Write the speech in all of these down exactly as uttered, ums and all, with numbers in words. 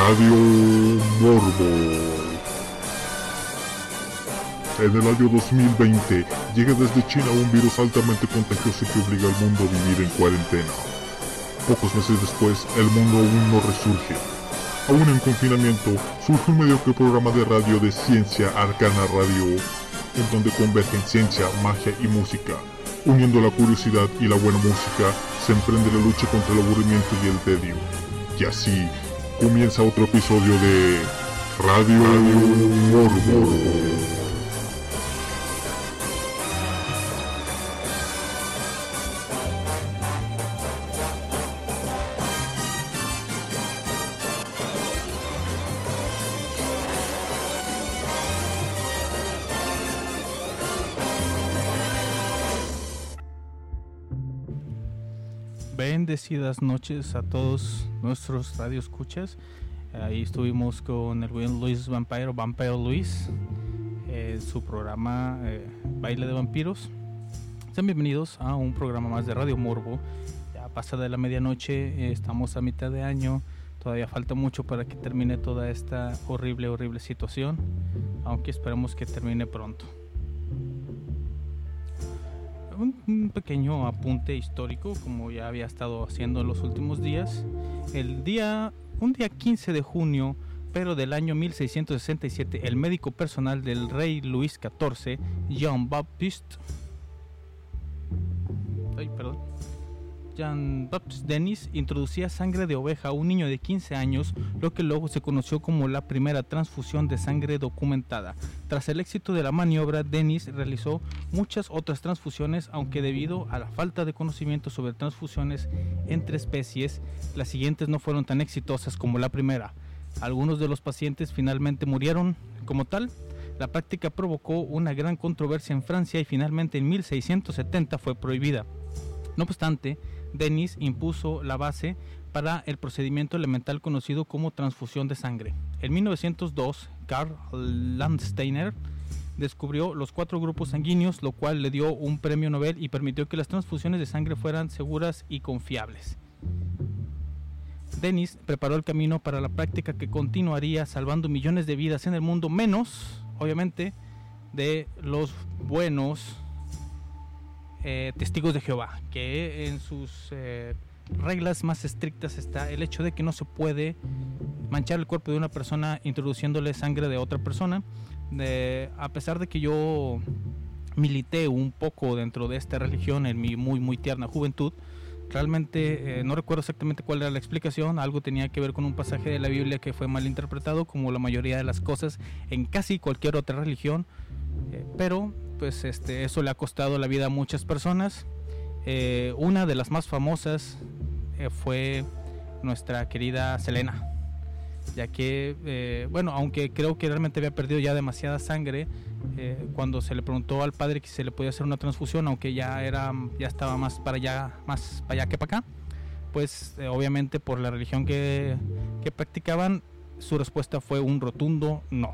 Radio Morbo. En el año dos mil veinte llega desde China un virus altamente contagioso que obliga al mundo a vivir en cuarentena. Pocos meses después, el mundo aún no resurge. Aún en confinamiento, surge un mediocre programa de radio de ciencia Arcana Radio, en donde convergen ciencia, magia y música. Uniendo la curiosidad y la buena música, se emprende la lucha contra el aburrimiento y el tedio. Y así, comienza otro episodio de Radio, Radio Morbo. Bendecidas noches a todos nuestros radioescuchas. Ahí estuvimos con el buen Luis Vampiro, Vampiro Luis, en su programa eh, Baile de Vampiros. Sean bienvenidos a un programa más de Radio Morbo. Ya pasada la medianoche, eh, estamos a mitad de año. Todavía falta mucho para que termine toda esta horrible, horrible situación, aunque esperemos que termine pronto. Un pequeño apunte histórico, como ya había estado haciendo en los últimos días. El día, un día quince de junio, pero del año mil seiscientos sesenta y siete, el médico personal del rey Luis catorce, Jean-Baptiste, ay, perdón, Jean-Baptiste Denis, introducía sangre de oveja a un niño de quince años, lo que luego se conoció como la primera transfusión de sangre documentada. Tras el éxito de la maniobra, Denis realizó muchas otras transfusiones, aunque debido a la falta de conocimiento sobre transfusiones entre especies, las siguientes no fueron tan exitosas como la primera. Algunos de los pacientes finalmente murieron como tal. La práctica provocó una gran controversia en Francia y finalmente en mil seiscientos setenta fue prohibida. No obstante, Denis impuso la base para el procedimiento elemental conocido como transfusión de sangre. En mil novecientos dos, Karl Landsteiner descubrió los cuatro grupos sanguíneos, lo cual le dio un premio Nobel y permitió que las transfusiones de sangre fueran seguras y confiables. Denis preparó el camino para la práctica que continuaría salvando millones de vidas en el mundo, menos, obviamente, de los buenos Eh, testigos de Jehová, que en sus eh, reglas más estrictas está el hecho de que no se puede manchar el cuerpo de una persona introduciéndole sangre de otra persona. De, a pesar de que yo milité un poco dentro de esta religión en mi muy muy tierna juventud, realmente eh, no recuerdo exactamente cuál era la explicación. Algo tenía que ver con un pasaje de la Biblia que fue mal interpretado, como la mayoría de las cosas en casi cualquier otra religión, eh, pero pues este, eso le ha costado la vida a muchas personas. Eh, una de las más famosas eh, fue nuestra querida Selena, ya que, eh, bueno, aunque creo que realmente había perdido ya demasiada sangre, eh, cuando se le preguntó al padre que se le podía hacer una transfusión, aunque ya era, ya estaba más para allá, más para allá que para acá, pues eh, obviamente por la religión que, que practicaban, su respuesta fue un rotundo no.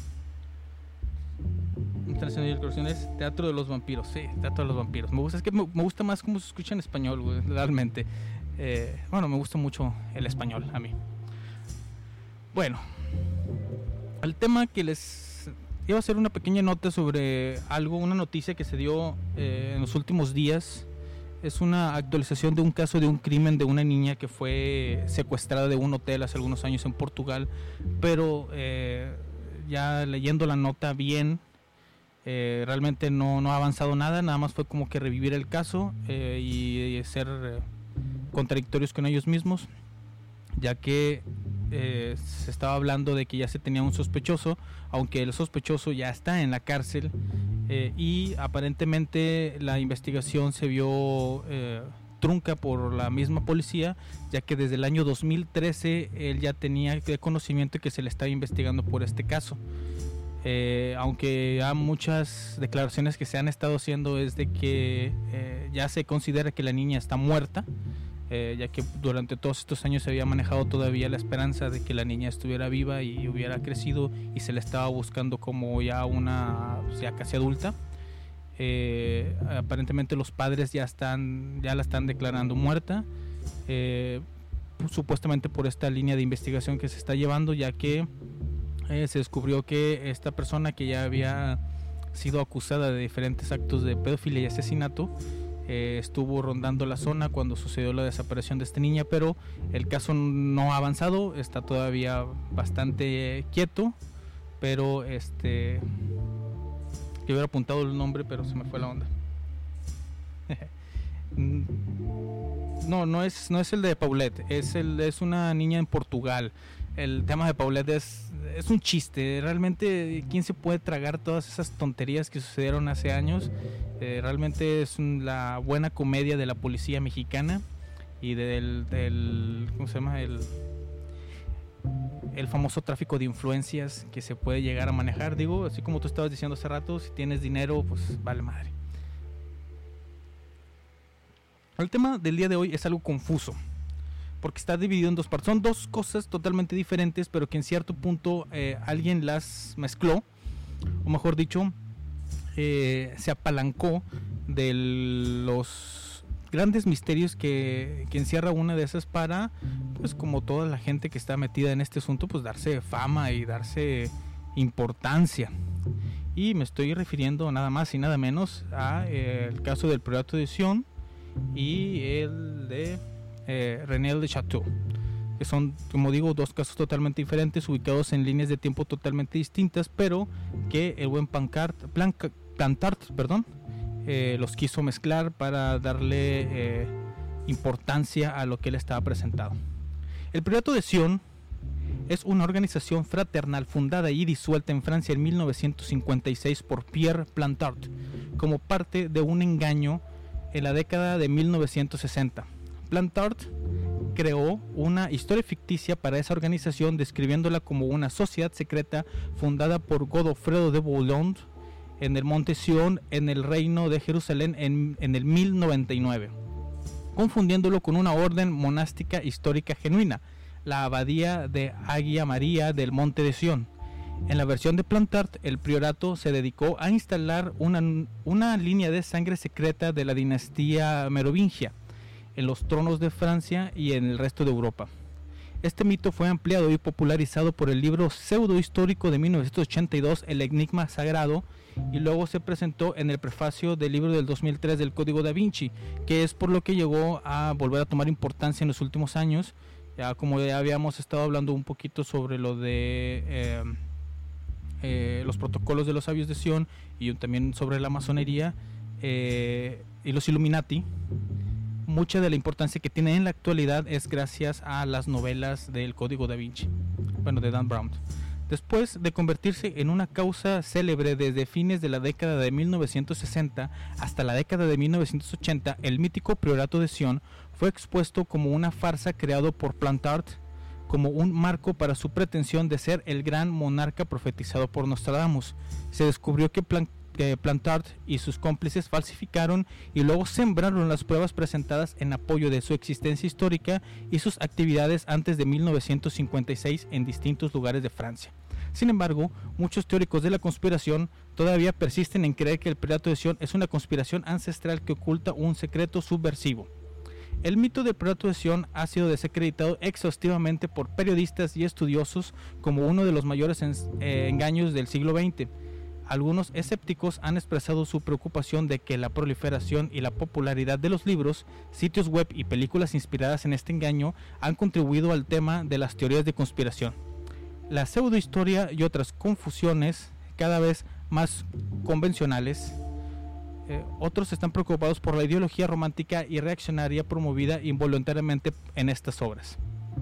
Es Teatro de los Vampiros, sí, Teatro de los Vampiros. Me gusta, es que me, me gusta más cómo se escucha en español, güey, realmente. Eh, bueno, me gusta mucho el español a mí. Bueno, al tema que les iba a hacer una pequeña nota sobre algo, una noticia que se dio eh, en los últimos días. Es una actualización de un caso de un crimen de una niña que fue secuestrada de un hotel hace algunos años en Portugal, pero eh, ya leyendo la nota bien, Eh, realmente no, no ha avanzado nada, nada más fue como que revivir el caso eh, y, y ser eh, contradictorios con ellos mismos, ya que eh, se estaba hablando de que ya se tenía un sospechoso, aunque el sospechoso ya está en la cárcel eh, y aparentemente la investigación se vio eh, trunca por la misma policía, ya que desde el año dos mil trece él ya tenía conocimiento de que se le estaba investigando por este caso. Eh, aunque hay muchas declaraciones que se han estado haciendo es de que eh, ya se considera que la niña está muerta, eh, ya que durante todos estos años se había manejado todavía la esperanza de que la niña estuviera viva y hubiera crecido y se la estaba buscando como ya una, ya casi adulta. Eh, aparentemente los padres ya están, ya la están declarando muerta. Eh, supuestamente por esta línea de investigación que se está llevando, ya que eh, se descubrió que esta persona que ya había sido acusada de diferentes actos de pedofilia y asesinato eh, estuvo rondando la zona cuando sucedió la desaparición de esta niña, pero el caso no ha avanzado, está todavía bastante eh, quieto, pero este yo hubiera apuntado el nombre, pero se me fue la onda. No, no es, no es el de Paulette, es, el, es una niña en Portugal. El tema de Paulette es, es un chiste. Realmente, ¿quién se puede tragar todas esas tonterías que sucedieron hace años? Eh, realmente es un, la buena comedia de la policía mexicana y del, del ¿cómo se llama? El, el famoso tráfico de influencias que se puede llegar a manejar. Digo, así como tú estabas diciendo hace rato, si tienes dinero, pues vale madre. El tema del día de hoy es algo confuso, porque está dividido en dos partes. Son dos cosas totalmente diferentes, pero que en cierto punto eh, alguien las mezcló, o mejor dicho, eh, se apalancó de los grandes misterios que, que encierra una de esas para, pues como toda la gente que está metida en este asunto, pues darse fama y darse importancia. Y me estoy refiriendo nada más y nada menos a eh, el caso del Priorato de Sion y el de eh, René de Chateau, que son, como digo, dos casos totalmente diferentes, ubicados en líneas de tiempo totalmente distintas, pero que el buen Pancart, Planca, Plantard perdón, eh, los quiso mezclar para darle eh, importancia a lo que él estaba presentado. El Priorato de Sion es una organización fraternal fundada y disuelta en Francia en mil novecientos cincuenta y seis por Pierre Plantard como parte de un engaño en la década de mil novecientos sesenta. Plantard creó una historia ficticia para esa organización, describiéndola como una sociedad secreta fundada por Godofredo de Bouillon en el Monte Sion, en el Reino de Jerusalén, en, en el mil noventa y nueve, confundiéndolo con una orden monástica histórica genuina, la Abadía de Hagia María del Monte de Sion. En la versión de Plantard, el priorato se dedicó a instalar una, una línea de sangre secreta de la dinastía merovingia en los tronos de Francia y en el resto de Europa. Este mito fue ampliado y popularizado por el libro pseudo-histórico de mil novecientos ochenta y dos, El Enigma Sagrado, y luego se presentó en el prefacio del libro del dos mil tres del Código Da Vinci, que es por lo que llegó a volver a tomar importancia en los últimos años. Ya como ya habíamos estado hablando un poquito sobre lo de eh, eh, los protocolos de los sabios de Sion y también sobre la masonería eh, y los Illuminati, mucha de la importancia que tiene en la actualidad es gracias a las novelas del Código Da Vinci, bueno, de Dan Brown. Después de convertirse en una causa célebre desde fines de la década de mil novecientos sesenta hasta la década de mil novecientos ochenta, el mítico Priorato de Sion fue expuesto como una farsa creado por Plantard como un marco para su pretensión de ser el gran monarca profetizado por Nostradamus. Se descubrió que Plan que Plantard y sus cómplices falsificaron y luego sembraron las pruebas presentadas en apoyo de su existencia histórica y sus actividades antes de mil novecientos cincuenta y seis en distintos lugares de Francia. Sin embargo, muchos teóricos de la conspiración todavía persisten en creer que el Priorato de Sion es una conspiración ancestral que oculta un secreto subversivo. El mito del Priorato de Sion ha sido desacreditado exhaustivamente por periodistas y estudiosos como uno de los mayores en, eh, engaños del siglo veinte. Algunos escépticos han expresado su preocupación de que la proliferación y la popularidad de los libros, sitios web y películas inspiradas en este engaño han contribuido al tema de las teorías de conspiración. La pseudohistoria y otras confusiones cada vez más convencionales. Eh, otros están preocupados por la ideología romántica y reaccionaria promovida involuntariamente en estas obras.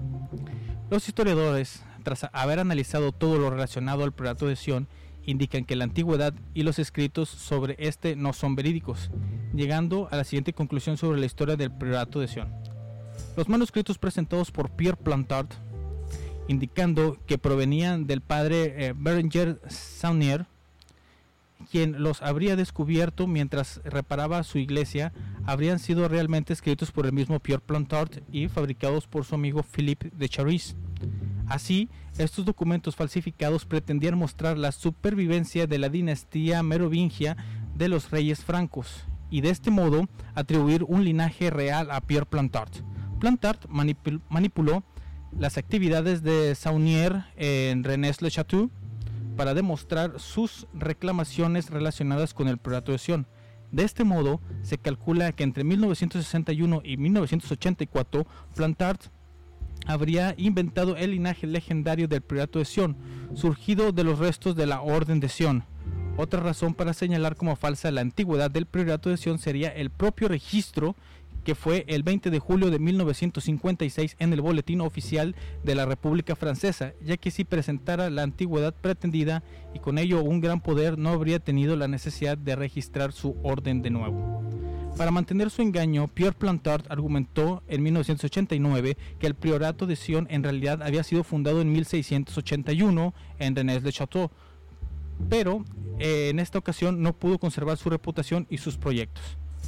Los historiadores, tras haber analizado todo lo relacionado al Priorato de Sion, indican que la antigüedad y los escritos sobre este no son verídicos, llegando a la siguiente conclusión sobre la historia del Priorato de Sion. Los manuscritos presentados por Pierre Plantard, indicando que provenían del padre eh, Berenger Saunier, quien los habría descubierto mientras reparaba su iglesia, habrían sido realmente escritos por el mismo Pierre Plantard y fabricados por su amigo Philippe de Charisse. Así, estos documentos falsificados pretendían mostrar la supervivencia de la dinastía merovingia de los reyes francos y de este modo atribuir un linaje real a Pierre Plantard. Plantard manipul- manipuló las actividades de Saunier en Rennes-le-Château para demostrar sus reclamaciones relacionadas con el Priorato de Sion. De este modo, se calcula que entre mil novecientos sesenta y uno y mil novecientos ochenta y cuatro, Plantard habría inventado el linaje legendario del Priorato de Sion, surgido de los restos de la Orden de Sion. Otra razón para señalar como falsa la antigüedad del Priorato de Sion sería el propio registro que fue el veinte de julio de mil novecientos cincuenta y seis en el Boletín Oficial de la República Francesa, ya que si presentara la antigüedad pretendida y con ello un gran poder, no habría tenido la necesidad de registrar su orden de nuevo. Para mantener su engaño, Pierre Plantard argumentó en mil novecientos ochenta y nueve que el Priorato de Sion en realidad había sido fundado en mil seiscientos ochenta y uno en Rennes-le-Château, pero eh, en esta ocasión no pudo conservar su reputación y sus proyectos.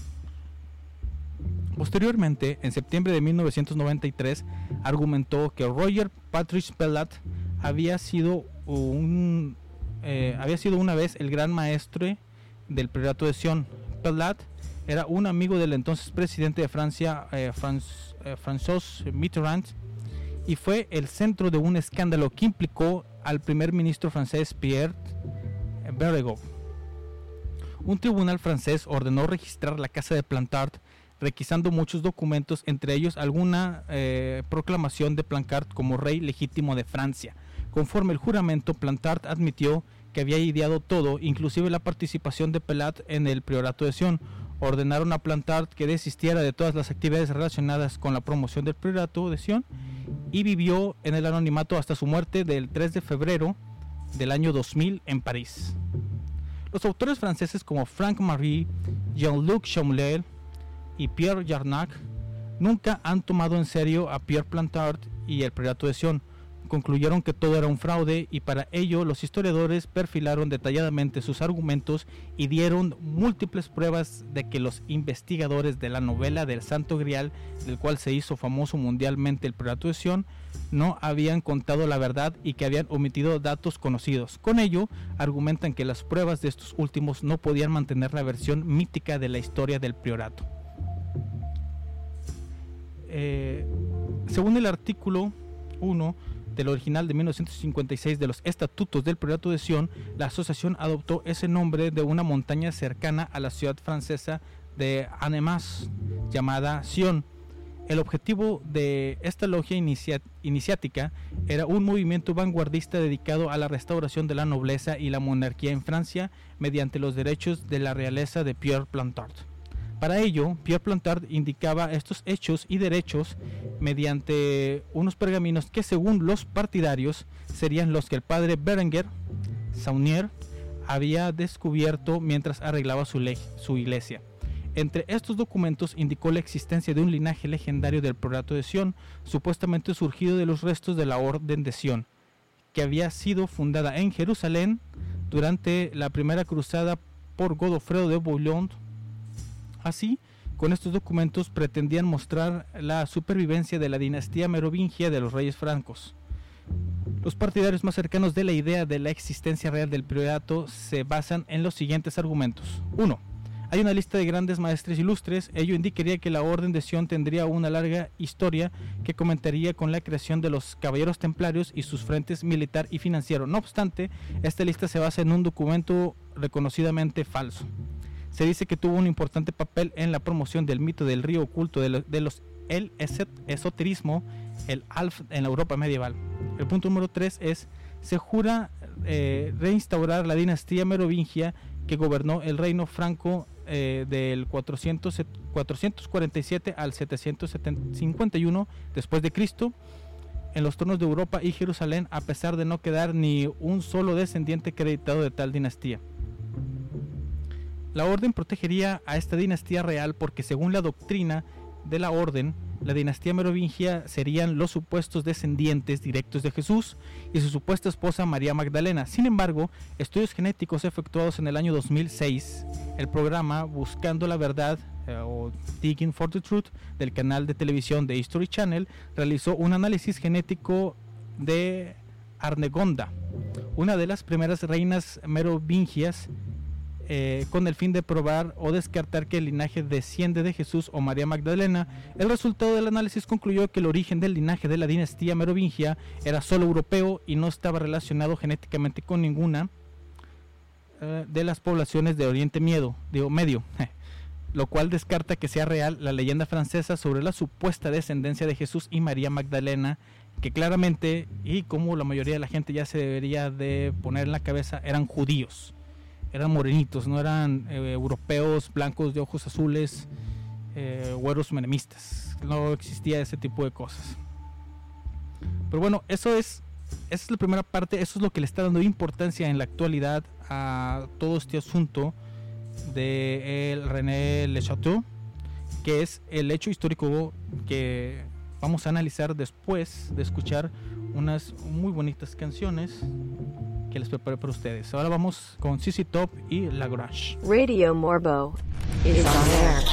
Posteriormente, en septiembre de mil novecientos noventa y tres, argumentó que Roger Patrice Pellat había sido un eh, había sido una vez el gran maestre del Priorato de Sion. Pellat era un amigo del entonces presidente de Francia, eh, Franz, eh, François Mitterrand, y fue el centro de un escándalo que implicó al primer ministro francés Pierre Bérégovoy. Un tribunal francés ordenó registrar la casa de Plantard, requisando muchos documentos, entre ellos alguna eh, proclamación de Plantard como rey legítimo de Francia. Conforme el juramento, Plantard admitió que había ideado todo, inclusive la participación de Pellat en el Priorato de Sion. Ordenaron a Plantard que desistiera de todas las actividades relacionadas con la promoción del Priorato de Sion y vivió en el anonimato hasta su muerte del tres de febrero del año dos mil en París. Los autores franceses como Franck Marie, Jean-Luc Chaumel y Pierre Jarnac nunca han tomado en serio a Pierre Plantard y el Priorato de Sion. Concluyeron que todo era un fraude y para ello los historiadores perfilaron detalladamente sus argumentos y dieron múltiples pruebas de que los investigadores de la novela del Santo Grial, del cual se hizo famoso mundialmente el Priorato de Sion, no habían contado la verdad y que habían omitido datos conocidos. Con ello, argumentan que las pruebas de estos últimos no podían mantener la versión mítica de la historia del Priorato. Eh, según el artículo uno del original de mil novecientos cincuenta y seis de los Estatutos del Priorato de Sion, la asociación adoptó ese nombre de una montaña cercana a la ciudad francesa de Annemasse, llamada Sion. El objetivo de esta logia inicia- iniciática era un movimiento vanguardista dedicado a la restauración de la nobleza y la monarquía en Francia mediante los derechos de la realeza de Pierre Plantard. Para ello, Pierre Plantard indicaba estos hechos y derechos mediante unos pergaminos que, según los partidarios, serían los que el padre Berenguer Saunier había descubierto mientras arreglaba su, le- su iglesia. Entre estos documentos indicó la existencia de un linaje legendario del Priorato de Sion, supuestamente surgido de los restos de la Orden de Sion, que había sido fundada en Jerusalén durante la primera cruzada por Godofredo de Bouillon. Así, con estos documentos pretendían mostrar la supervivencia de la dinastía merovingia de los reyes francos. Los partidarios más cercanos de la idea de la existencia real del priorato se basan en los siguientes argumentos. uno. Hay una lista de grandes maestres ilustres. Ello indicaría que la Orden de Sion tendría una larga historia que comenzaría con la creación de los caballeros templarios y sus frentes militar y financiero. No obstante, esta lista se basa en un documento reconocidamente falso. Se dice que tuvo un importante papel en la promoción del mito del río oculto de, lo, de los el esoterismo, el Alf en la Europa medieval. El punto número tres es, se jura eh, reinstaurar la dinastía merovingia que gobernó el reino franco eh, del cuatrocientos cuarenta y siete al setecientos cincuenta y uno después de Cristo en los tronos de Europa y Jerusalén, a pesar de no quedar ni un solo descendiente acreditado de tal dinastía. La orden protegería a esta dinastía real porque, según la doctrina de la orden, la dinastía merovingia serían los supuestos descendientes directos de Jesús y su supuesta esposa María Magdalena. Sin embargo, estudios genéticos efectuados en el año dos mil seis, el programa Buscando la Verdad eh, o Digging for the Truth del canal de televisión de History Channel realizó un análisis genético de Arnegonda, una de las primeras reinas merovingias eh, con el fin de probar o descartar que el linaje desciende de Jesús o María Magdalena. El resultado del análisis concluyó que el origen del linaje de la dinastía merovingia era solo europeo y no estaba relacionado genéticamente con ninguna eh, de las poblaciones de Oriente Miedo, digo, Medio, lo cual descarta que sea real la leyenda francesa sobre la supuesta descendencia de Jesús y María Magdalena, que claramente, y como la mayoría de la gente ya se debería de poner en la cabeza, eran judíos, eran morenitos, no eran eh, europeos blancos de ojos azules, eh, güeros menemistas. No existía ese tipo de cosas. Pero bueno, eso es, esa es la primera parte. Eso es lo que le está dando importancia en la actualidad a todo este asunto de el René Le Chateau, que es el hecho histórico que vamos a analizar después de escuchar unas muy bonitas canciones que les preparé para ustedes. Ahora vamos con Z Z Top y Lagrange. Radio Morbo is on air.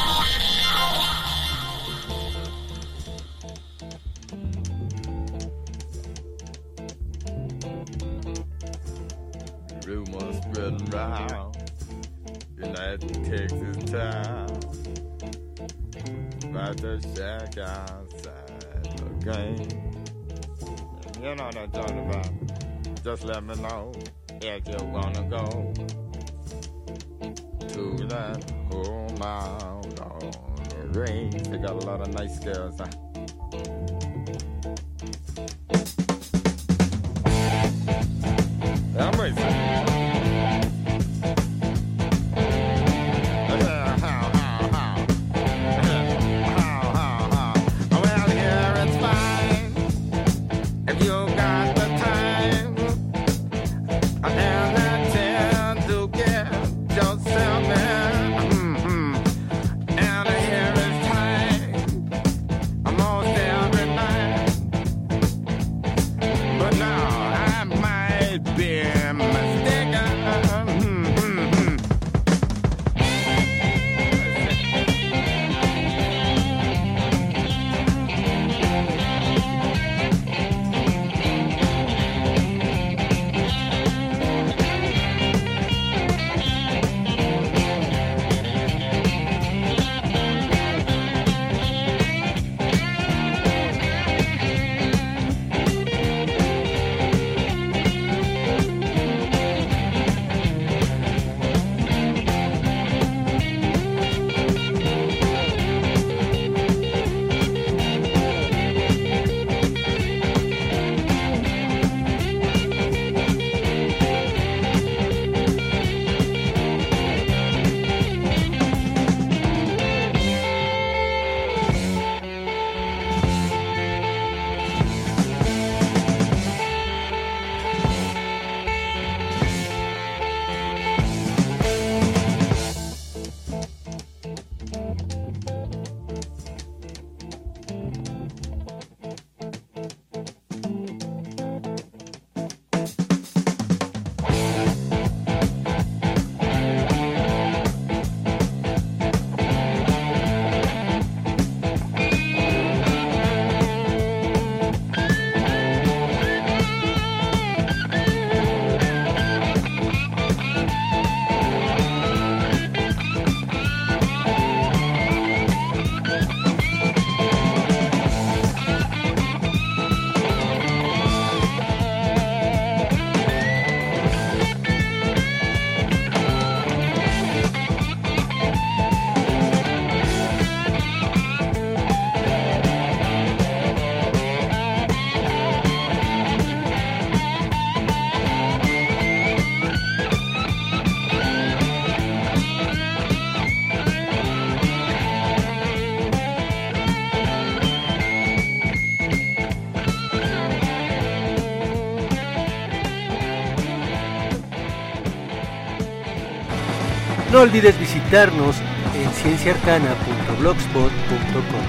Rumors spreading round United Texas town about the shack outside the game. You know what I'm talking about. Just let me know if you wanna go to that home out on the range. They got a lot of nice girls, huh? I'm racing. No olvides visitarnos en ciencia arcana punto blogspot punto com.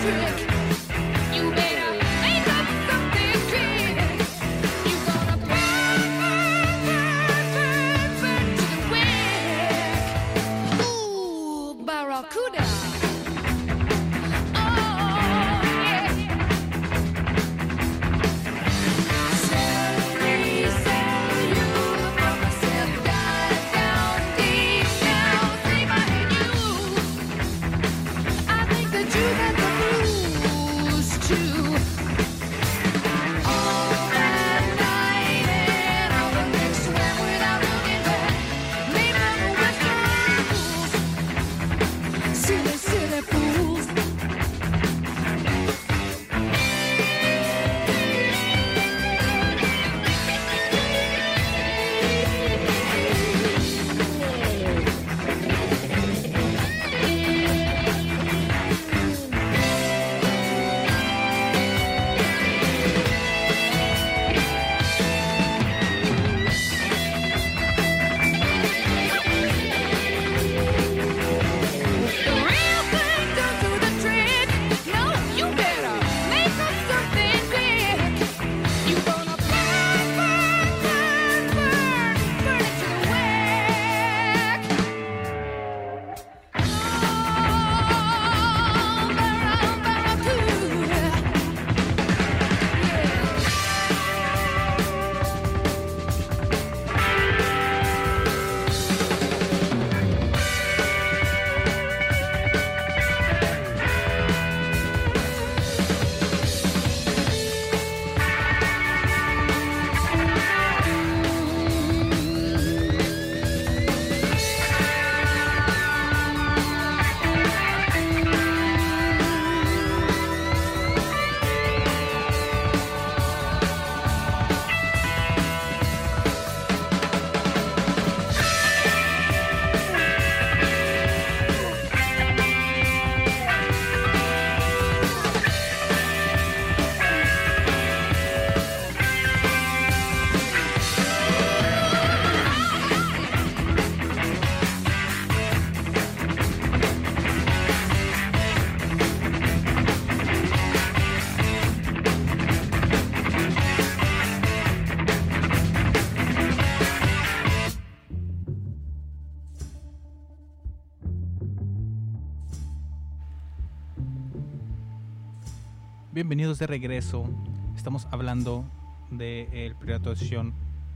Bienvenidos de regreso. Estamos hablando de el Pirata de Sion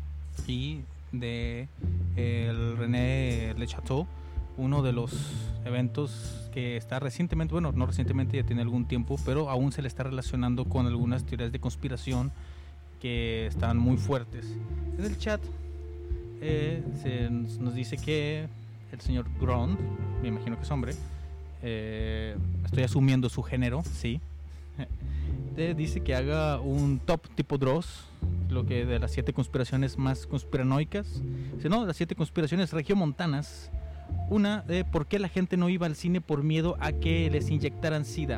y de el René Le Chateau, uno de los eventos que está recientemente, bueno, no recientemente, ya tiene algún tiempo, pero aún se le está relacionando con algunas teorías de conspiración que están muy fuertes. En el chat eh, se nos dice que el señor Grond, me imagino que es hombre, eh, estoy asumiendo su género, sí, te dice que haga un top tipo Dross, lo que de las siete conspiraciones más conspiranoicas, sino las siete conspiraciones regiomontanas. Una de por qué la gente no iba al cine por miedo a que les inyectaran SIDA.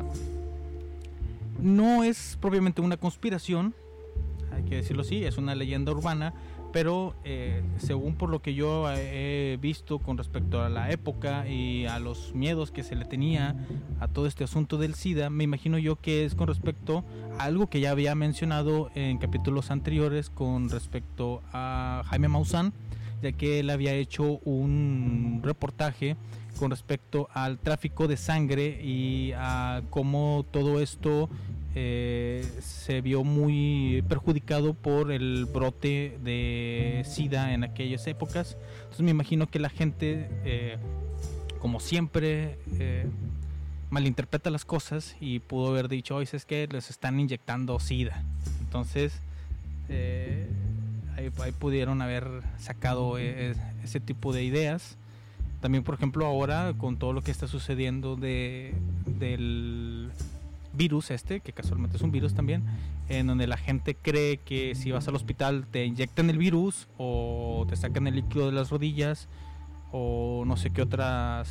No es propiamente una conspiración, hay que decirlo así, es una leyenda urbana, pero eh, según por lo que yo he visto con respecto a la época y a los miedos que se le tenía a todo este asunto del SIDA, me imagino yo que es con respecto a algo que ya había mencionado en capítulos anteriores con respecto a Jaime Maussan, ya que él había hecho un reportaje con respecto al tráfico de sangre y a cómo todo esto eh, se vio muy perjudicado por el brote de SIDA en aquellas épocas. Entonces me imagino que la gente, eh, como siempre, eh, malinterpreta las cosas y pudo haber dicho, oye, es que les están inyectando SIDA. Entonces eh, ahí, ahí pudieron haber sacado eh, ese tipo de ideas. También, por ejemplo, ahora con todo lo que está sucediendo de del virus este, que casualmente es un virus también, en donde la gente cree que si vas al hospital te inyectan el virus o te sacan el líquido de las rodillas o no sé qué otras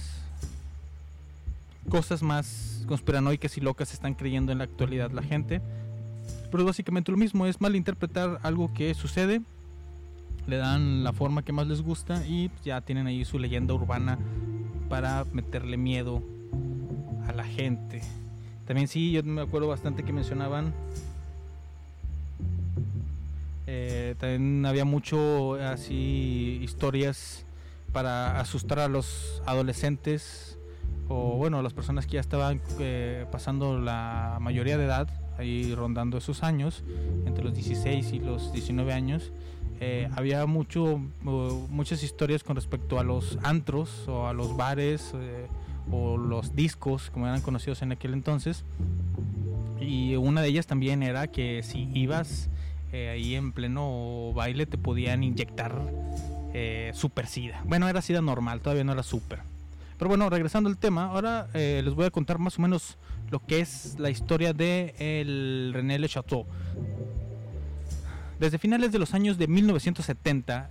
cosas más conspiranoicas y locas están creyendo en la actualidad la gente. Pero es básicamente lo mismo, es malinterpretar algo que sucede, le dan la forma que más les gusta y ya tienen ahí su leyenda urbana para meterle miedo a la gente. También sí, yo me acuerdo bastante que mencionaban, eh, también había mucho así historias para asustar a los adolescentes o bueno, a las personas que ya estaban eh, pasando la mayoría de edad, ahí rondando esos años, entre los dieciséis y los diecinueve años. Eh, había mucho, uh, muchas historias con respecto a los antros o a los bares eh, o los discos, como eran conocidos en aquel entonces. Y una de ellas también era que si ibas eh, ahí en pleno baile te podían inyectar eh, super sida. Bueno, era sida normal, todavía no era super. Pero bueno, regresando al tema, ahora eh, les voy a contar más o menos lo que es la historia de el René Le Chateau. Desde finales de los años de mil novecientos setenta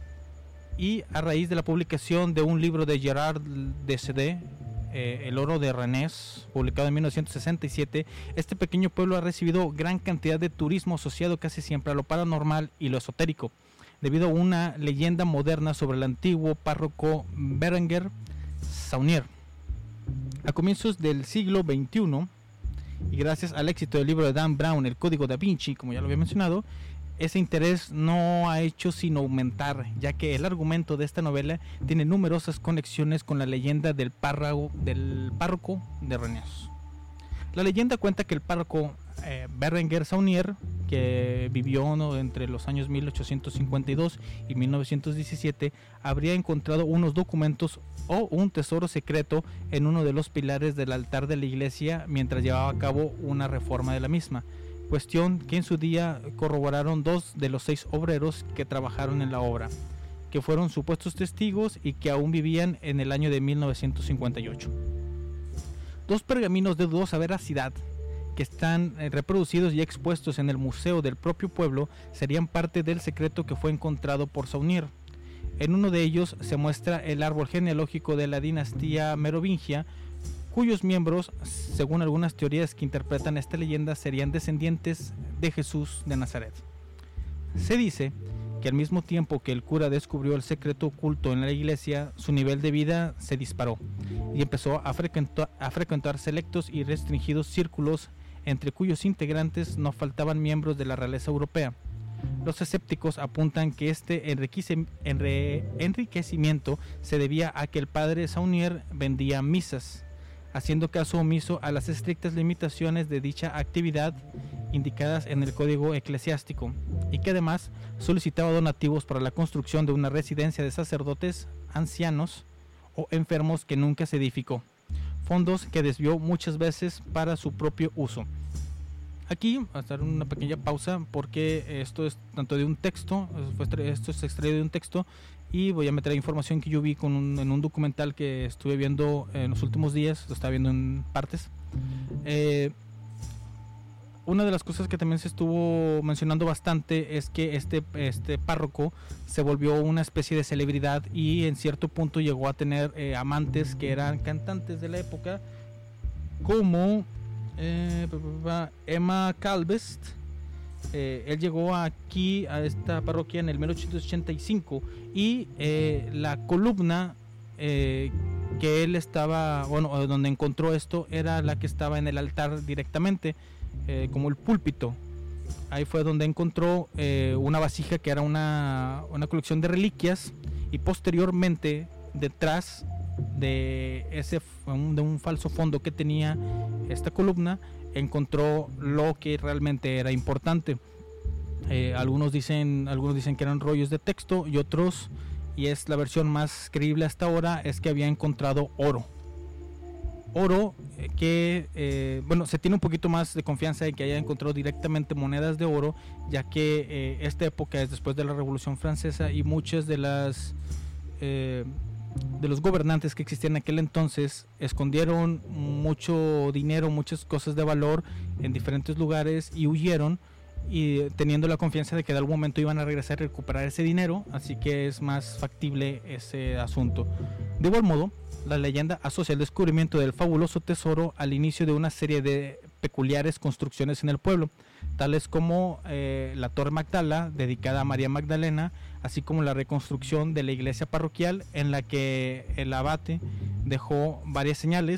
y a raíz de la publicación de un libro de Gerard Desailly, eh, El oro de Rennes, publicado en mil novecientos sesenta y siete, este pequeño pueblo ha recibido gran cantidad de turismo asociado casi siempre a lo paranormal y lo esotérico, debido a una leyenda moderna sobre el antiguo párroco Berenguer Saunier. A comienzos del siglo veintiuno, y gracias al éxito del libro de Dan Brown, El Código Da Vinci, como ya lo había mencionado, ese interés no ha hecho sino aumentar, ya que el argumento de esta novela tiene numerosas conexiones con la leyenda del párroco, del párroco de Rennes. La leyenda cuenta que el párroco eh, Berenguer Saunier, que vivió ¿no? entre los años mil ochocientos cincuenta y dos y mil novecientos diecisiete, habría encontrado unos documentos o un tesoro secreto en uno de los pilares del altar de la iglesia mientras llevaba a cabo una reforma de la misma, cuestión que en su día corroboraron dos de los seis obreros que trabajaron en la obra, que fueron supuestos testigos y que aún vivían en el año de mil novecientos cincuenta y ocho. Dos pergaminos de dudosa veracidad que están reproducidos y expuestos en el museo del propio pueblo serían parte del secreto que fue encontrado por Saunier. En uno de ellos se muestra el árbol genealógico de la dinastía merovingia, cuyos miembros, según algunas teorías que interpretan esta leyenda, serían descendientes de Jesús de Nazaret. Se dice que al mismo tiempo que el cura descubrió el secreto oculto en la iglesia, su nivel de vida se disparó y empezó a frecuentar, a frecuentar selectos y restringidos círculos, entre cuyos integrantes no faltaban miembros de la realeza europea. Los escépticos apuntan que este enriquecimiento se debía a que el padre Saunier vendía misas, haciendo caso omiso a las estrictas limitaciones de dicha actividad indicadas en el código eclesiástico, y que además solicitaba donativos para la construcción de una residencia de sacerdotes, ancianos o enfermos que nunca se edificó, fondos que desvió muchas veces para su propio uso. Aquí va a estar una pequeña pausa porque esto es tanto de un texto, esto es extraído de un texto, y voy a meter información que yo vi con un, en un documental que estuve viendo en los últimos días, lo estaba viendo en partes. Eh, una de las cosas que también se estuvo mencionando bastante es que este, este párroco se volvió una especie de celebridad y en cierto punto llegó a tener eh, amantes que eran cantantes de la época, como eh, Emma Calvest. Eh, él llegó aquí a esta parroquia en el mil ochocientos ochenta y cinco y eh, la columna eh, que él estaba, bueno, donde encontró esto era la que estaba en el altar directamente, eh, como el púlpito. Ahí fue donde encontró eh, una vasija que era una, una colección de reliquias, y posteriormente detrás de ese de un falso fondo que tenía esta columna encontró lo que realmente era importante. Eh, algunos dicen algunos dicen que eran rollos de texto, y otros, y es la versión más creíble hasta ahora, es que había encontrado oro. Oro eh, que, eh, bueno, se tiene un poquito más de confianza de que haya encontrado directamente monedas de oro, ya que eh, esta época es después de la Revolución Francesa y muchas de las eh, de los gobernantes que existían en aquel entonces escondieron mucho dinero, muchas cosas de valor en diferentes lugares y huyeron, y teniendo la confianza de que de algún momento iban a regresar y recuperar ese dinero, así que es más factible ese asunto. De igual modo, la leyenda asocia el descubrimiento del fabuloso tesoro al inicio de una serie de peculiares construcciones en el pueblo, tales como eh, la Torre Magdala, dedicada a María Magdalena, así como la reconstrucción de la iglesia parroquial, en la que el abate dejó varias señales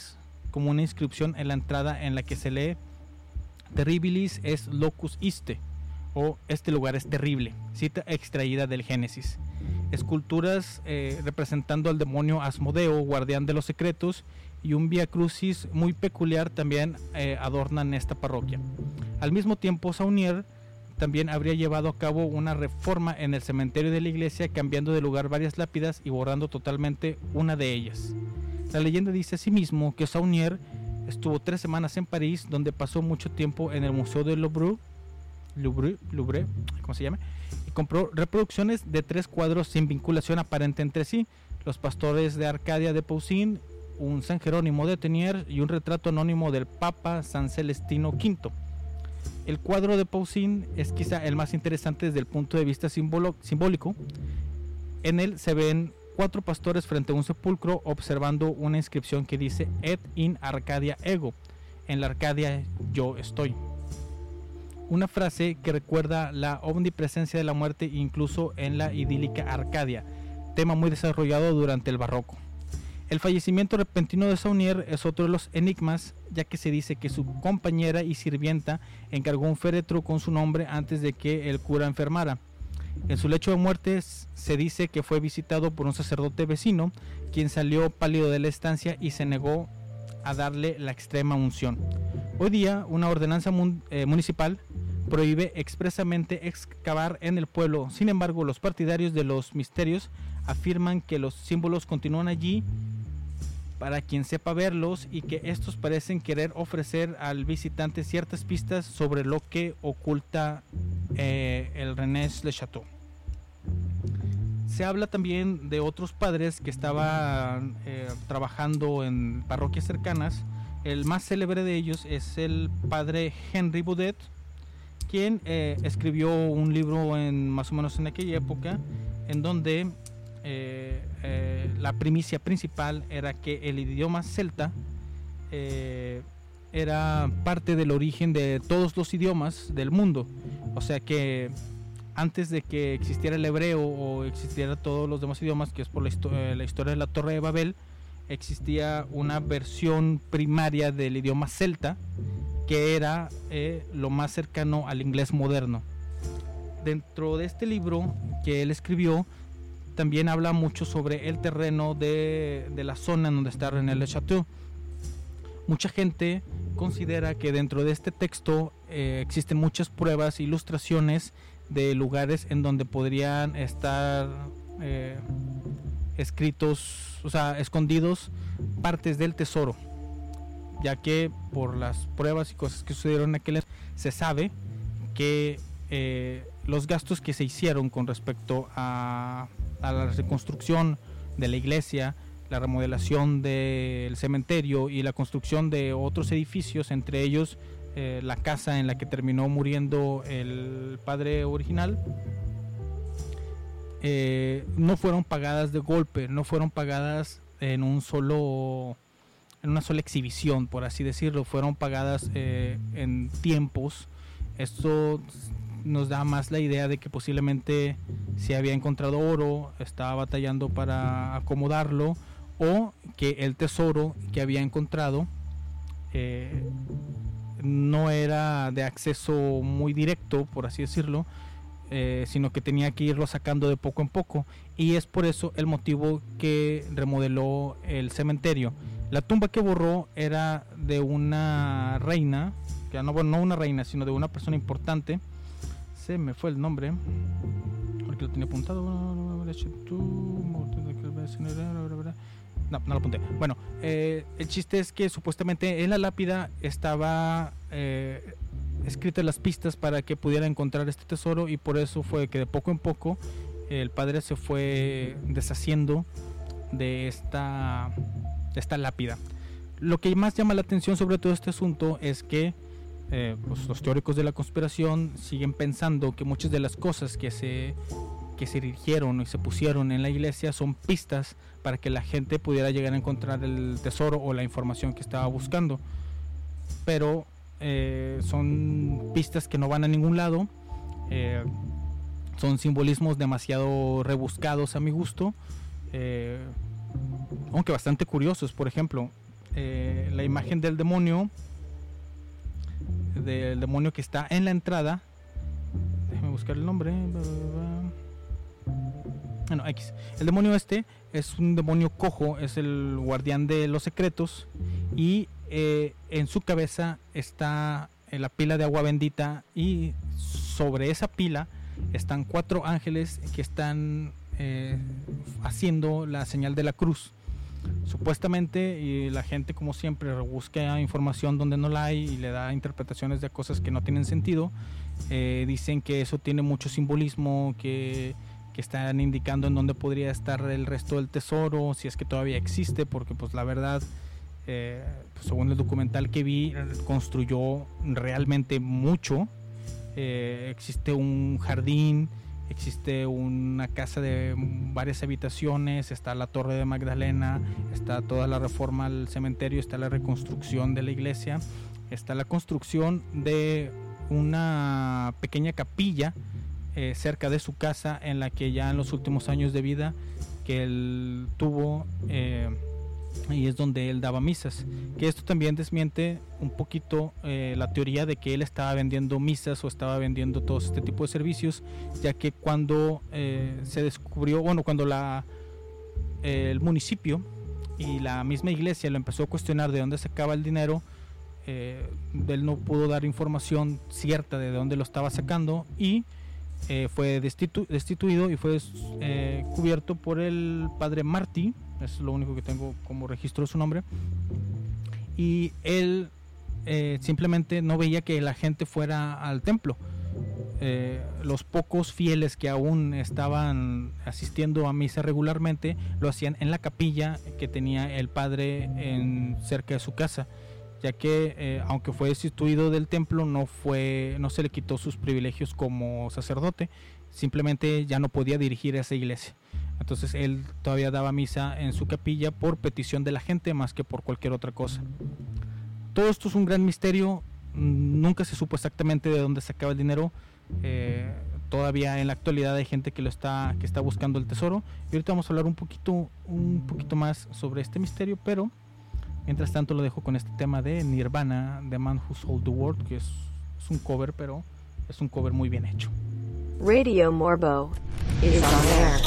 como una inscripción en la entrada en la que se lee Terribilis es locus iste, o este lugar es terrible, cita extraída del Génesis. Esculturas eh, representando al demonio Asmodeo, guardián de los secretos, y un Vía Crucis muy peculiar también eh, adornan esta parroquia. Al mismo tiempo, Saunier también habría llevado a cabo una reforma en el cementerio de la iglesia, cambiando de lugar varias lápidas y borrando totalmente una de ellas. La leyenda dice asimismo que Saunier estuvo tres semanas en París, donde pasó mucho tiempo en el Museo de Louvre, Louvre, Louvre, ¿cómo se llama? Y compró reproducciones de tres cuadros sin vinculación aparente entre sí: Los pastores de Arcadia de Poussin, un San Jerónimo de Teniers y un retrato anónimo del Papa San Celestino quinto. El cuadro de Poussin es quizá el más interesante desde el punto de vista simbolo, simbólico. En él se ven cuatro pastores frente a un sepulcro observando una inscripción que dice Et in Arcadia ego, en la Arcadia yo estoy. Una frase que recuerda la omnipresencia de la muerte incluso en la idílica Arcadia, tema muy desarrollado durante el barroco. El fallecimiento repentino de Saunier es otro de los enigmas, ya que se dice que su compañera y sirvienta encargó un féretro con su nombre antes de que el cura enfermara. En su lecho de muerte se dice que fue visitado por un sacerdote vecino, quien salió pálido de la estancia y se negó a darle la extrema unción. Hoy día, una ordenanza mun- eh, municipal prohíbe expresamente excavar en el pueblo. Sin embargo, los partidarios de los misterios afirman que los símbolos continúan allí para quien sepa verlos, y que estos parecen querer ofrecer al visitante ciertas pistas sobre lo que oculta eh, el Rennes-le-Château. Se habla también de otros padres que estaban eh, trabajando en parroquias cercanas. El más célebre de ellos es el padre Henry Baudet, quien eh, escribió un libro en más o menos en aquella época, en donde eh, eh, la primicia principal era que el idioma celta eh, era parte del origen de todos los idiomas del mundo. O sea que antes de que existiera el hebreo o existiera todos los demás idiomas, que es por la, histo- eh, la historia de la Torre de Babel, existía una versión primaria del idioma celta que era eh, lo más cercano al inglés moderno. Dentro de este libro que él escribió, también habla mucho sobre el terreno de, de la zona en donde está Rennes-le-Château. Mucha gente considera que dentro de este texto eh, existen muchas pruebas e ilustraciones de lugares en donde podrían estar eh, escritos, o sea, escondidos partes del tesoro, ya que por las pruebas y cosas que sucedieron en aquel se sabe que eh, los gastos que se hicieron con respecto a, a la reconstrucción de la iglesia, la remodelación del cementerio y la construcción de otros edificios, entre ellos eh, la casa en la que terminó muriendo el padre original, eh, no fueron pagadas de golpe, no fueron pagadas en un solo en una sola exhibición, por así decirlo, fueron pagadas eh, en tiempos. Esto nos da más la idea de que posiblemente se había encontrado oro, estaba batallando para acomodarlo, o que el tesoro que había encontrado eh, no era de acceso muy directo, por así decirlo, eh, sino que tenía que irlo sacando de poco en poco, y es por eso el motivo que remodeló el cementerio. La tumba que borró era de una reina, que no, bueno, no una reina, sino de una persona importante. Se me fue el nombre, porque lo tenía apuntado. No, no lo apunté. Bueno, eh, el chiste es que supuestamente en la lápida estaba eh, escritas las pistas para que pudiera encontrar este tesoro, y por eso fue que de poco en poco el padre se fue deshaciendo de esta, de esta lápida. Lo que más llama la atención sobre todo este asunto es que eh, pues los teóricos de la conspiración siguen pensando que muchas de las cosas que se que se dirigieron y se pusieron en la iglesia son pistas para que la gente pudiera llegar a encontrar el tesoro o la información que estaba buscando, pero eh, son pistas que no van a ningún lado. eh, son simbolismos demasiado rebuscados a mi gusto, eh, aunque bastante curiosos. Por ejemplo, eh, la imagen del demonio, del demonio que está en la entrada. Déjame buscar el nombre. Bueno, X. El demonio este es un demonio cojo, es el guardián de los secretos, y eh, en su cabeza está la pila de agua bendita, y sobre esa pila están cuatro ángeles que están eh, haciendo la señal de la cruz. Supuestamente, y la gente, como siempre, busca información donde no la hay y le da interpretaciones de cosas que no tienen sentido. Eh, dicen que eso tiene mucho simbolismo, que, que están indicando en dónde podría estar el resto del tesoro, si es que todavía existe, porque pues la verdad, eh, pues, según el documental que vi, construyó realmente mucho. Eh, existe un jardín, existe una casa de varias habitaciones, está la Torre de Magdalena, está toda la reforma al cementerio, está la reconstrucción de la iglesia, está la construcción de una pequeña capilla eh, cerca de su casa, en la que ya en los últimos años de vida que él tuvo, eh, y es donde él daba misas. Que esto también desmiente un poquito eh, la teoría de que él estaba vendiendo misas o estaba vendiendo todo este tipo de servicios, ya que cuando eh, se descubrió, bueno, cuando la eh, el municipio y la misma iglesia lo empezó a cuestionar de dónde sacaba el dinero, eh, él no pudo dar información cierta de dónde lo estaba sacando, y eh, fue destitu destituido y fue eh, cubierto por el padre Martí. Es lo único que tengo como registro de su nombre. Y él eh, simplemente no veía que la gente fuera al templo. Eh, los pocos fieles que aún estaban asistiendo a misa regularmente lo hacían en la capilla que tenía el padre en, cerca de su casa, ya que eh, aunque fue destituido del templo, no fue, no se le quitó sus privilegios como sacerdote, simplemente ya no podía dirigir esa iglesia. Entonces él todavía daba misa en su capilla por petición de la gente más que por cualquier otra cosa. Todo esto es un gran misterio. Nunca se supo exactamente de dónde sacaba el dinero. Eh, todavía en la actualidad hay gente que lo está que está buscando el tesoro, y ahorita vamos a hablar un poquito un poquito más sobre este misterio, pero mientras tanto lo dejo con este tema de Nirvana, The Man Who Sold the World, que es, es un cover, pero es un cover muy bien hecho. Radio Morbo is on air.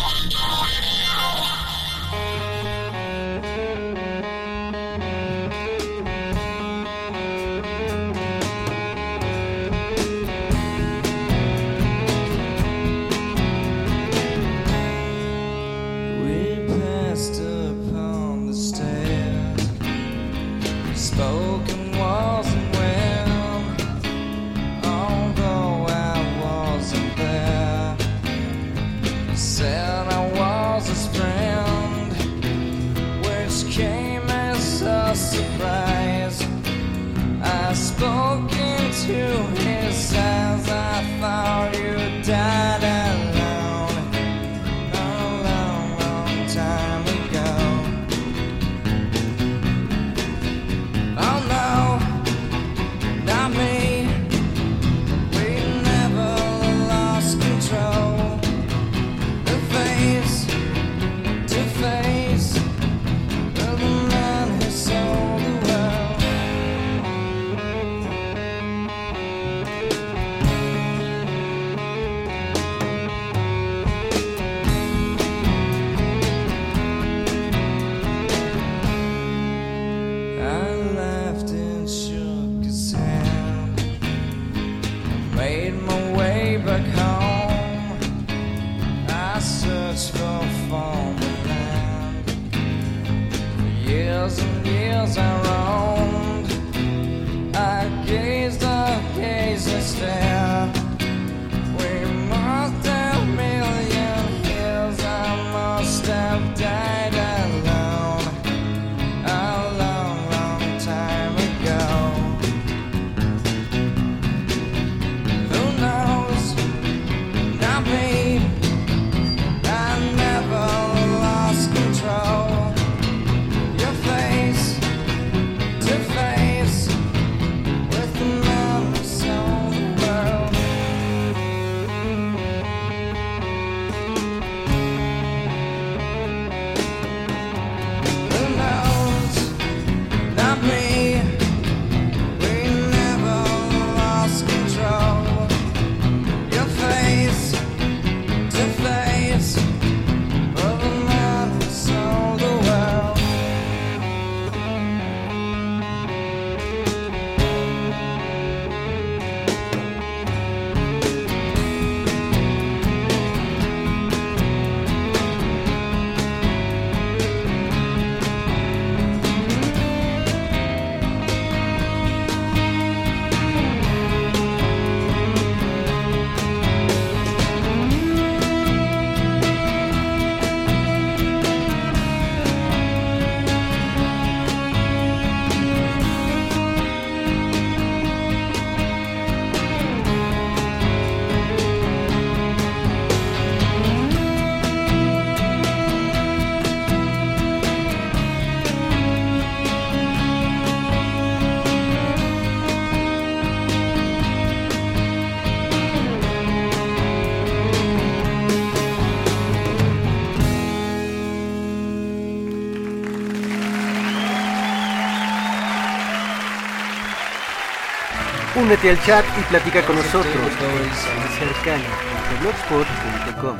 Únete al chat y platica con nosotros en cercana punto blogspot punto com.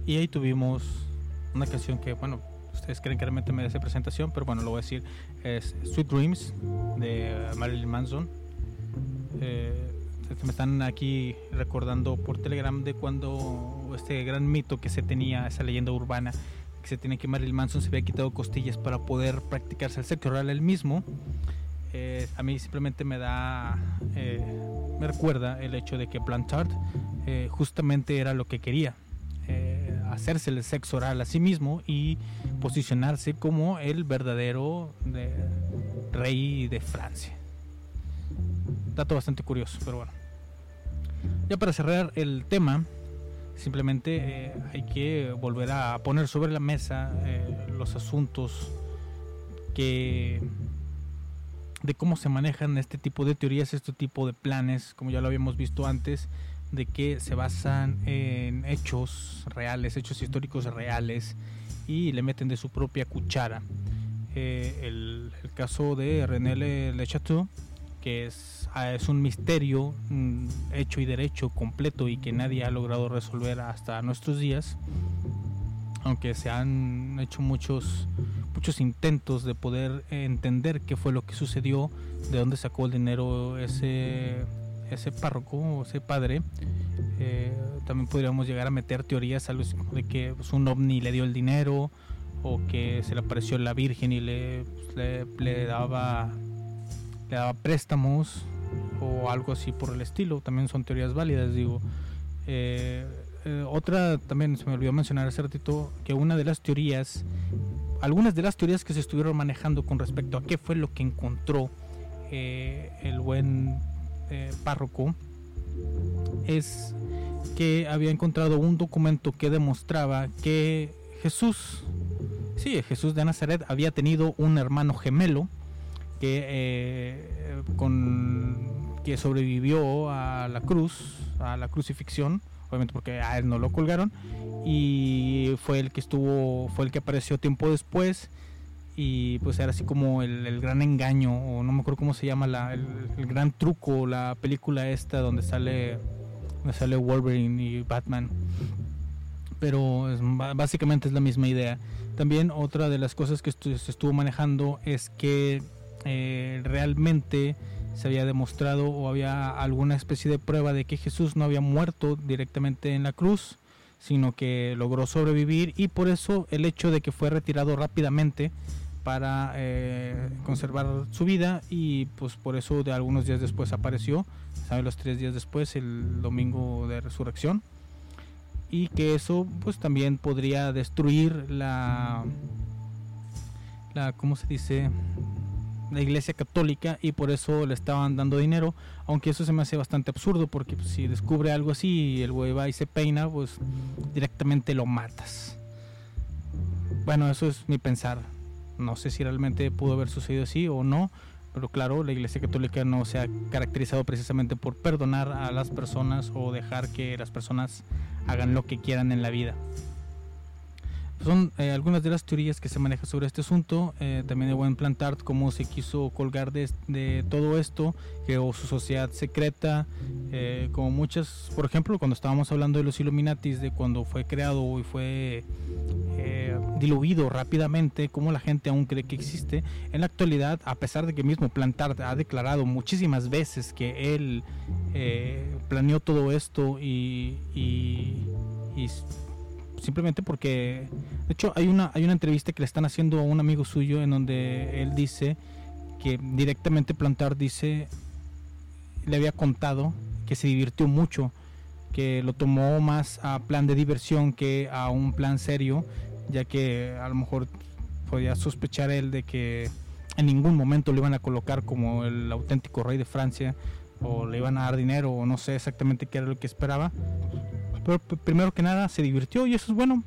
Y ahí tuvimos una canción que, bueno, ustedes creen que realmente merece presentación, pero bueno, lo voy a decir. Es Sweet Dreams de Marilyn Manson. Eh, me están aquí recordando por Telegram de cuando este gran mito que se tenía, esa leyenda urbana, que se tiene que Marilyn Manson se había quitado costillas para poder practicarse el sexo oral él mismo. Eh, a mí simplemente me da, eh, me recuerda el hecho de que Blanchard eh, justamente era lo que quería, eh, hacerse el sexo oral a sí mismo y posicionarse como el verdadero de, rey de Francia. Dato bastante curioso, pero bueno. Ya para cerrar el tema, simplemente eh, hay que volver a poner sobre la mesa eh, los asuntos que de cómo se manejan este tipo de teorías, este tipo de planes, como ya lo habíamos visto antes, de que se basan en hechos reales, hechos históricos reales, y le meten de su propia cuchara. Eh, el, el caso de René Le, Le Chateau, que es, es un misterio mm, hecho y derecho completo y que nadie ha logrado resolver hasta nuestros días, aunque se han hecho muchos muchos intentos de poder entender qué fue lo que sucedió, de dónde sacó el dinero ese ese párroco, ese padre. Eh, también podríamos llegar a meter teorías algo de que pues, un ovni le dio el dinero, o que se le apareció la Virgen y le, pues, le, le daba le daba préstamos o algo así por el estilo. También son teorías válidas, digo. Eh, eh, otra, también se me olvidó mencionar hace ratito, que una de las teorías, algunas de las teorías que se estuvieron manejando con respecto a qué fue lo que encontró eh, el buen eh, párroco, es que había encontrado un documento que demostraba que Jesús, sí, Jesús de Nazaret había tenido un hermano gemelo que eh, con que sobrevivió a la cruz, a la crucifixión, obviamente porque a él no lo colgaron, y fue el que estuvo, fue el que apareció tiempo después, y pues era así como el, el gran engaño, o no me acuerdo cómo se llama la, el, el gran truco, la película esta donde sale, donde sale Wolverine y Batman. Pero es, básicamente es la misma idea. También otra de las cosas que estu- se estuvo manejando es que eh, realmente se había demostrado o había alguna especie de prueba de que Jesús no había muerto directamente en la cruz, sino que logró sobrevivir, y por eso el hecho de que fue retirado rápidamente para eh, conservar su vida, y pues por eso de algunos días después apareció, ¿sabe? Los tres días después, el domingo de resurrección, y que eso pues también podría destruir la la ¿cómo se dice? la Iglesia Católica, y por eso le estaban dando dinero, aunque eso se me hace bastante absurdo, porque pues, si descubre algo así y el güey va y se peina, pues directamente lo matas. Bueno, eso es mi pensar. No sé si realmente pudo haber sucedido así o no, pero claro, la Iglesia Católica no se ha caracterizado precisamente por perdonar a las personas o dejar que las personas hagan lo que quieran en la vida. Son eh, algunas de las teorías que se manejan sobre este asunto. Eh, también de buen Plantard, cómo se quiso colgar de, de todo esto, creó su sociedad secreta, eh, como muchas, por ejemplo, cuando estábamos hablando de los Illuminatis, de cuando fue creado y fue eh, diluido rápidamente, cómo la gente aún cree que existe. En la actualidad, a pesar de que mismo Plantard ha declarado muchísimas veces que él eh, planeó todo esto y, y, y simplemente porque, de hecho, hay una hay una entrevista que le están haciendo a un amigo suyo en donde él dice que directamente Plantard dice, le había contado que se divirtió mucho, que lo tomó más a plan de diversión que a un plan serio, ya que a lo mejor podía sospechar él de que en ningún momento lo iban a colocar como el auténtico rey de Francia, o le iban a dar dinero, o no sé exactamente qué era lo que esperaba. Pero primero que nada se divirtió, y eso es bueno.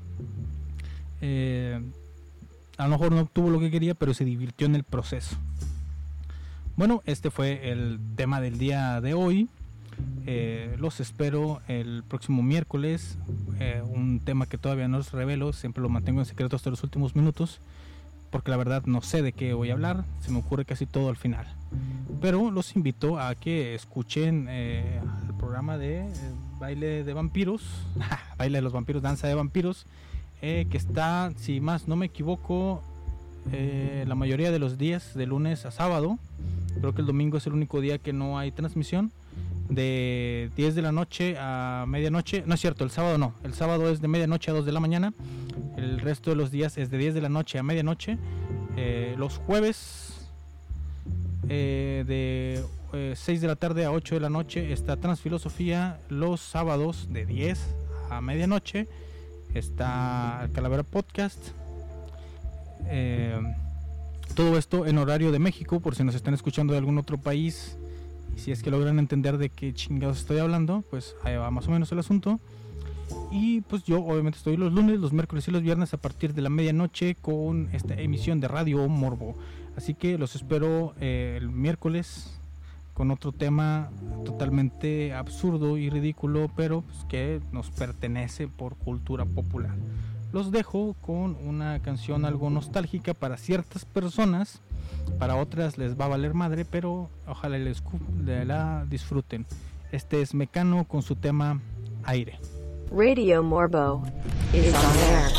Eh, a lo mejor no obtuvo lo que quería, pero se divirtió en el proceso. Bueno, este fue el tema del día de hoy. Eh, los espero el próximo miércoles. Eh, un tema que todavía no os revelo, siempre lo mantengo en secreto hasta los últimos minutos, porque la verdad no sé de qué voy a hablar, se me ocurre casi todo al final. Pero los invito a que escuchen eh, al programa de eh, baile de vampiros, baile de los vampiros, danza de vampiros, eh, que está, si más no me equivoco, eh, la mayoría de los días de lunes a sábado. Creo que el domingo es el único día que no hay transmisión, de diez de la noche a medianoche. No es cierto, el sábado no, el sábado es de medianoche a dos de la mañana, el resto de los días es de diez de la noche a medianoche. Eh, los jueves eh, de eh, seis de la tarde a ocho de la noche está Transfilosofía. Los sábados de diez a medianoche está Calavera Podcast. Eh, todo esto en horario de México, por si nos están escuchando de algún otro país, y si es que logran entender de qué chingados estoy hablando, pues ahí va más o menos el asunto. Y pues yo obviamente estoy los lunes, los miércoles y los viernes a partir de la medianoche con esta emisión de Radio Morbo. Así que los espero eh, el miércoles con otro tema totalmente absurdo y ridículo, pero pues, que nos pertenece por cultura popular. Los dejo con una canción algo nostálgica para ciertas personas, para otras les va a valer madre, pero ojalá les la disfruten. Este es Mecano con su tema Aire. Radio Morbo is on air.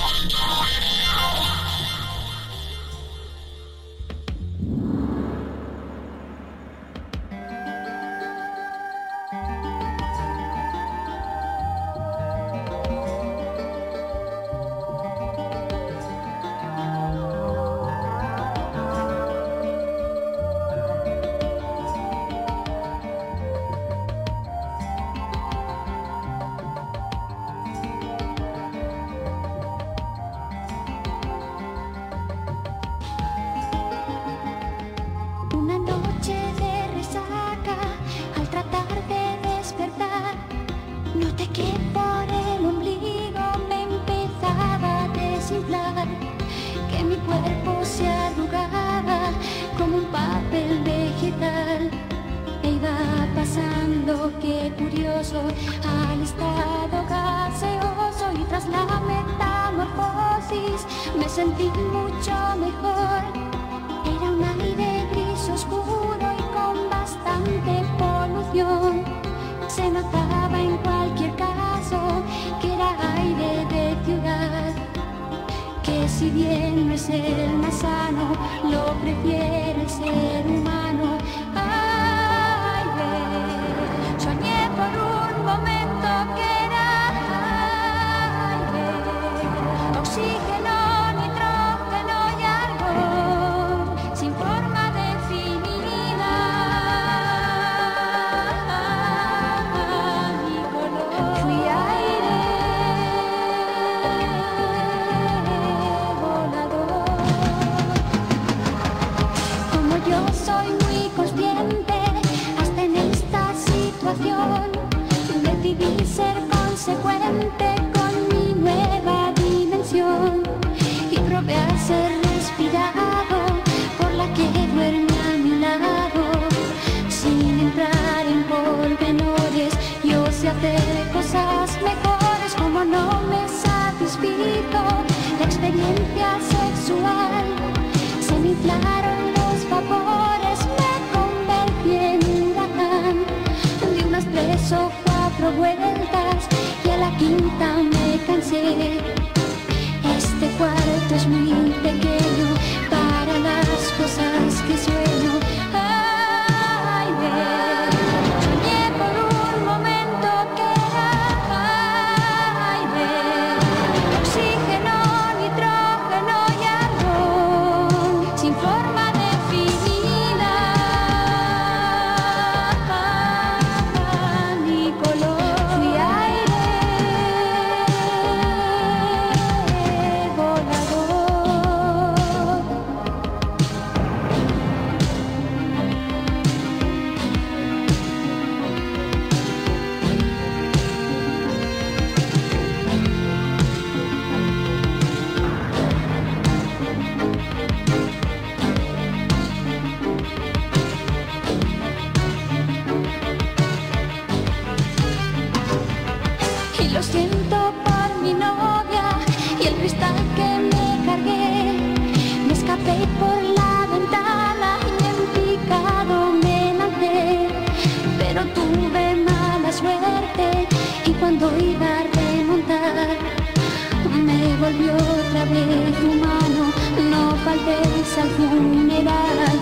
Pero tuve mala suerte y cuando iba a remontar me volvió otra vez tu mano, no faltéis al funeral.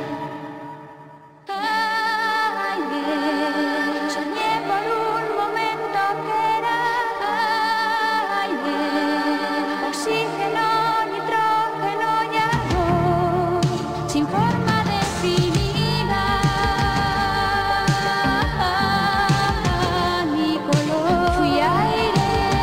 Ay, eh, soñé por un momento que era ay, eh, oxígeno, nitrógeno y amor, sin forma definida ni color. Fui aire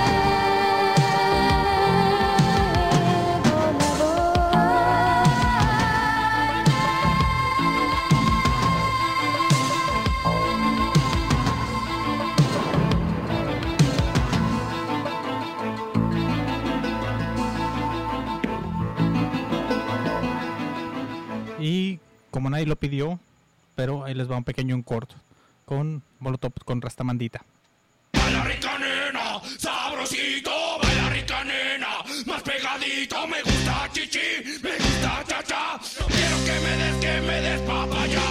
Y como nadie lo pidió, pero ahí les va un pequeño en corto con Molotov con Rastamandita. Baila rica nena, sabrosito, baila rica nena, más pegadito, me gusta chichi, me gusta cha-cha, quiero que me des, que me des papaya.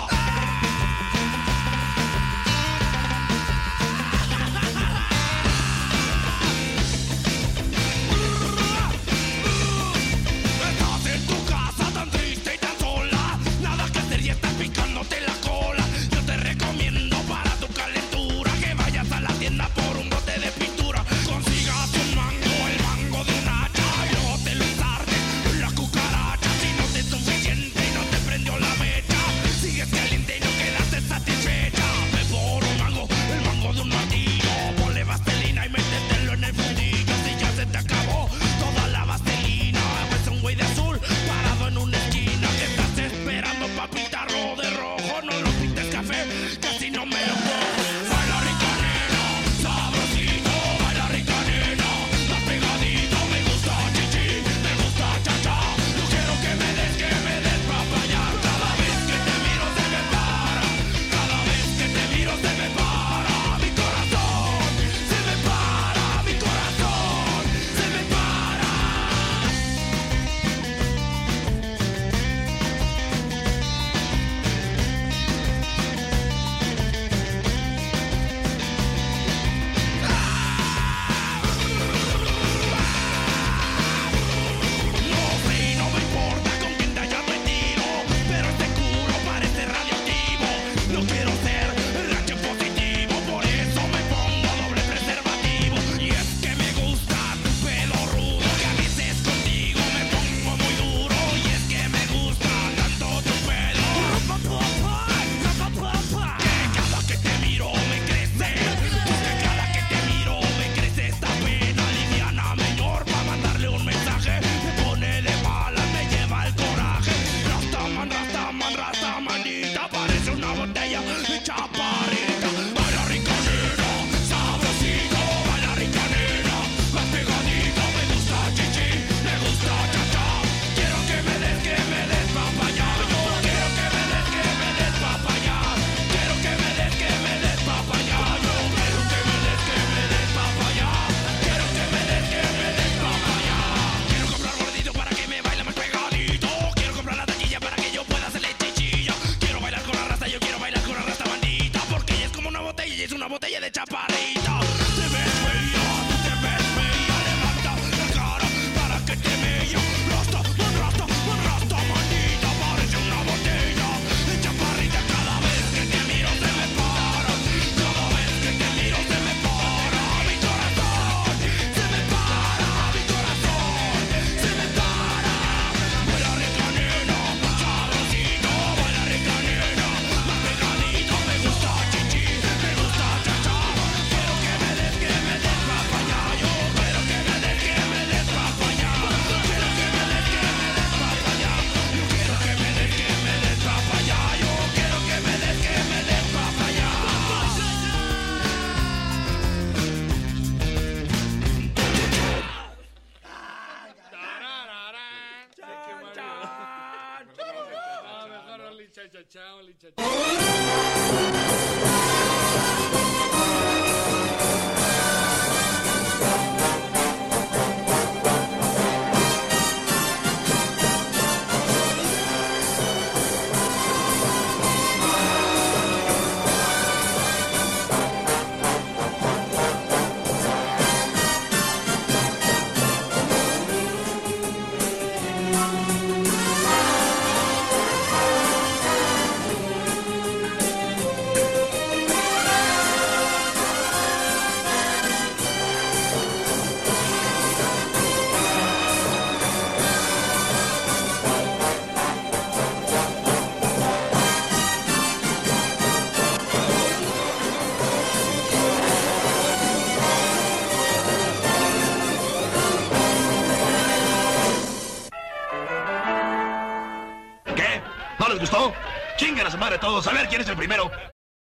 Estás en tu casa tan triste y tan sola, nada que hacer y estás picándote la cola. Yo te recomiendo para tu calentura que vayas a la tienda por un bote de pintura. Consigas un mango, el mango de un hacha, y luego te lo ensartes en la cucaracha. Si no te es suficiente y no te prendió la mecha, sigues caliente y no quedaste satisfecha. Ve por un mango, el mango de un martillo, ponle vaselina y métetelo en el fundillo. Si ya se te acabó toda la vaselina, ves un güey de azul parado en una esquina que estás esperando pa' pintarlo de rojo. No lo pintes café, que así no me lo cojo. Baila rica nena, sabrosito, baila rica nena, más pegadito, me gusta chichi, me gusta cha-cha. Yo quiero que me des, que me des papaya. Cada vez que te miro se me para, cada vez que te miro se me para mi corazón, se me para mi corazón, se me para. No sé, no me importa con quién te hayas metido, pero este culo parece radioactivo. No quiero ser el H positivo, por eso me pongo doble preservativo. Y es que me gusta tu pelo rudo, que a veces contigo me pongo muy duro. Y es que me gusta tanto tu pelo, que cada que te miro me crece, que cada que te miro me crece esta pena liviana menor para mandarle un mensaje. Me pone de malas, me lleva el coraje. Rastaman, Rastaman, Rastamanita, parece una botella de chaparrita. Baila rica nena, sabrosito, baila rica nena, más pegadito, me gusta chichi, me gusta cha-cha. Quiero que me des, que me des papaya. Yo quiero que me des, que me des papaya. Quiero que me des, que me des papaya. Yo quiero que me des, que me des papaya. Quiero que me des, que me des papaya. Quiero comprar gordito para que me baile más pegadito. Quiero comprar la taquilla para que yo pueda hacerle chichilla. Quiero bailar con la rasta, yo quiero bailar con la rasta bandita, porque ella es como una botella y es una botella de chaparrita. Te ves fea, tú te ves fea, levanta la cara para que te vea. Rasta, man rasta, man rasta bandita, parece una botella de chaparrita. Cada vez que te miro se me para, cada vez que te miro se me para mi corazón, se me para mi corazón, se me para. Baila rica nena, sabrosito, baila rica nena, más pegadito, me gusta chichi, me gusta cha-cha. Quiero que me des, que me des papaya. Yo quiero que me des, que me des papaya. Quiero que me des, que me des papaya. Yo quiero que me des, que me des papaya. Yo quiero que me des, que me des papaya. gustó? Chinguen a su madre todos, a ver quién es el primero.